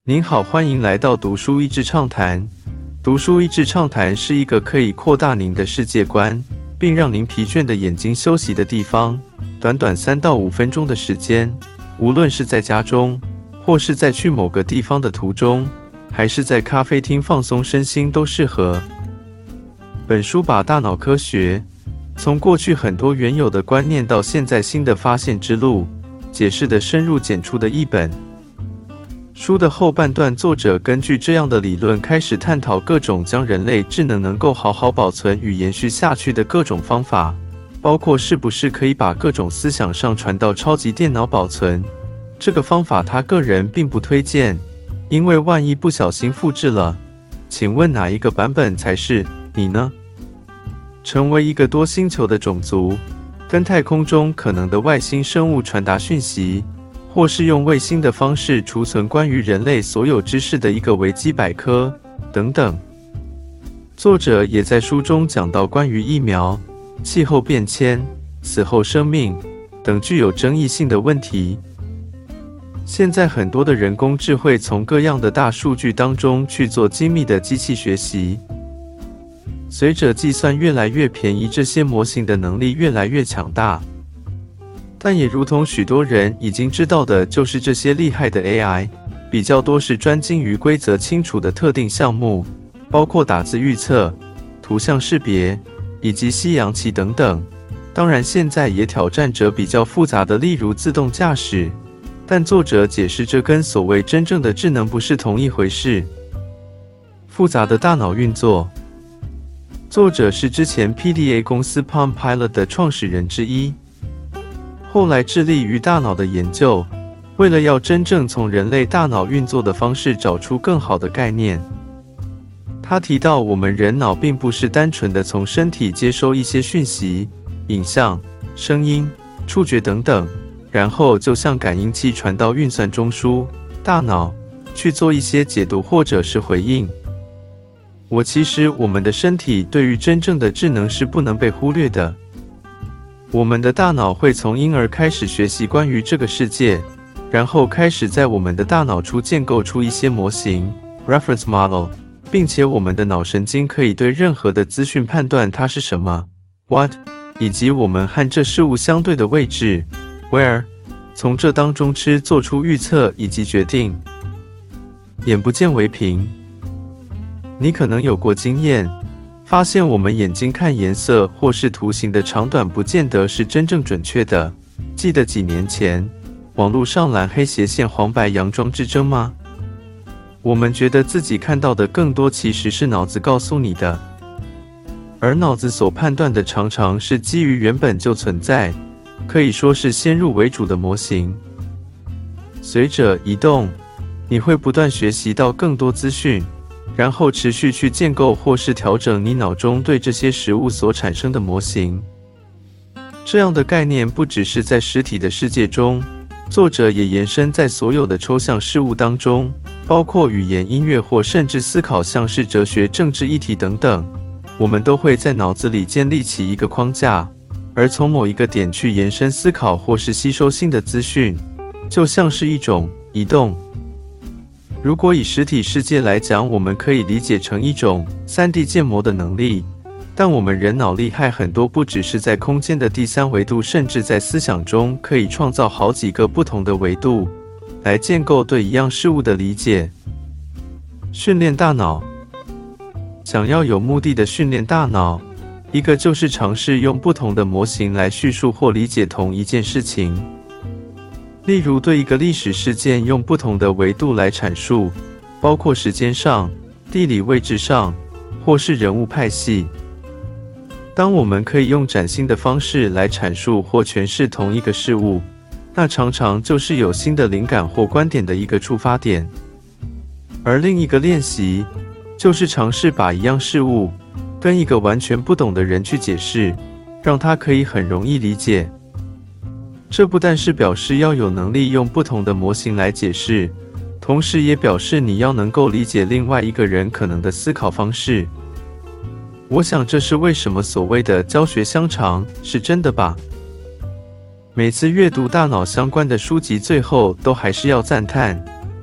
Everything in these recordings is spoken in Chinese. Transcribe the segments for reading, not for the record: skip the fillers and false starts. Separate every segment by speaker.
Speaker 1: 您好，欢迎来到读书益智畅谈。读书益智畅谈是一个可以扩大您的世界观，并让您疲倦的眼睛休息的地方。短短3到5分钟的时间，无论是在家中，或是在去某个地方的途中，还是在咖啡厅放松身心都适合。本书把大脑科学从过去很多原有的观念到现在新的发现之路，解释得深入简出的一本。书的后半段，作者根据这样的理论开始探讨各种将人类智能能够好好保存与延续下去的各种方法，包括是不是可以把各种思想上传到超级电脑保存。这个方法他个人并不推荐，因为万一不小心复制了，请问哪一个版本才是你呢？成为一个多星球的种族，跟太空中可能的外星生物传达讯息，或是用卫星的方式储存关于人类所有知识的一个维基百科等等。作者也在书中讲到关于疫苗、气候变迁、死后生命等具有争议性的问题。现在很多的人工智慧从各样的大数据当中去做精密的机器学习，随着计算越来越便宜，这些模型的能力越来越强大。但也如同许多人已经知道的，就是这些厉害的 AI 比较多是专精于规则清楚的特定项目，包括打字预测、图像识别以及西洋棋等等。当然现在也挑战着比较复杂的，例如自动驾驶，但作者解释这跟所谓真正的智能不是同一回事。复杂的大脑运作，作者是之前 PDA 公司 Palm Pilot 的创始人之一，后来致力于大脑的研究，为了要真正从人类大脑运作的方式找出更好的概念。他提到，我们人脑并不是单纯的从身体接收一些讯息，影像、声音、触觉等等，然后就像感应器传到运算中枢大脑去做一些解读或者是回应。其实我们的身体对于真正的智能是不能被忽略的。我们的大脑会从婴儿开始学习关于这个世界，然后开始在我们的大脑中建构出一些模型 reference model， 并且我们的脑神经可以对任何的资讯判断它是什么 what， 以及我们和这事物相对的位置 where， 从这当中做出预测以及决定。眼不见为凭，你可能有过经验，发现我们眼睛看颜色或是图形的长短不见得是真正准确的。记得几年前网络上蓝黑斜线黄白洋装之争吗？我们觉得自己看到的更多其实是脑子告诉你的，而脑子所判断的常常是基于原本就存在，可以说是先入为主的模型。随着移动，你会不断学习到更多资讯，然后持续去建构或是调整你脑中对这些事物所产生的模型。这样的概念不只是在实体的世界中，作者也延伸在所有的抽象事物当中，包括语言、音乐或甚至思考，像是哲学、政治议题等等。我们都会在脑子里建立起一个框架，而从某一个点去延伸思考或是吸收新的资讯，就像是一种移动。如果以实体世界来讲，我们可以理解成一种 3D 建模的能力，但我们人脑厉害很多，不只是在空间的第3维度，甚至在思想中可以创造好几个不同的维度，来建构对一样事物的理解。训练大脑，想要有目的的训练大脑，一个就是尝试用不同的模型来叙述或理解同一件事情。例如对一个历史事件用不同的维度来阐述，包括时间上、地理位置上，或是人物派系。当我们可以用崭新的方式来阐述或诠释同一个事物，那常常就是有新的灵感或观点的一个触发点。而另一个练习，就是尝试把一样事物跟一个完全不懂的人去解释，让他可以很容易理解。这不但是表示要有能力用不同的模型来解释，同时也表示你要能够理解另外一个人可能的思考方式。我想这是为什么所谓的教学相长是真的吧。每次阅读大脑相关的书籍，最后都还是要赞叹，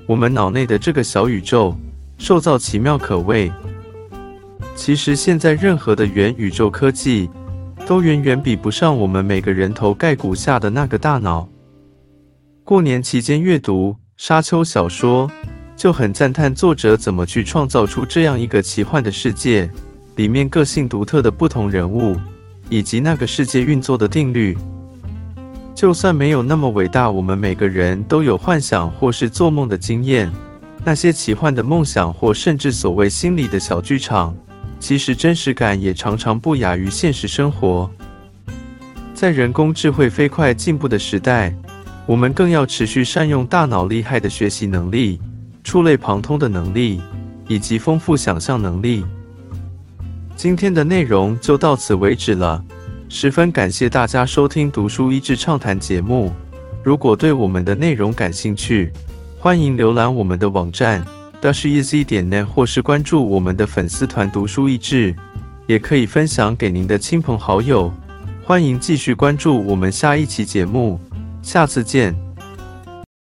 Speaker 1: 我们脑内的这个小宇宙受造奇妙可畏。其实现在任何的元宇宙科技都远远比不上我们每个人头盖骨下的那个大脑。过年期间阅读沙丘小说，就很赞叹作者怎么去创造出这样一个奇幻的世界，里面个性独特的不同人物，以及那个世界运作的定律。就算没有那么伟大，我们每个人都有幻想或是做梦的经验，那些奇幻的梦想或甚至所谓心理的小剧场，其实真实感也常常不亚于现实生活。在人工智慧飞快进步的时代，我们更要持续善用大脑厉害的学习能力、触类旁通的能力，以及丰富想象能力。今天的内容就到此为止了，十分感谢大家收听读书益智畅谈节目。如果对我们的内容感兴趣，欢迎浏览我们的网站 dasheasy.net 或是关注我们的粉丝团读书益智，也可以分享给您的亲朋好友。欢迎继续关注我们下一期节目，下次见。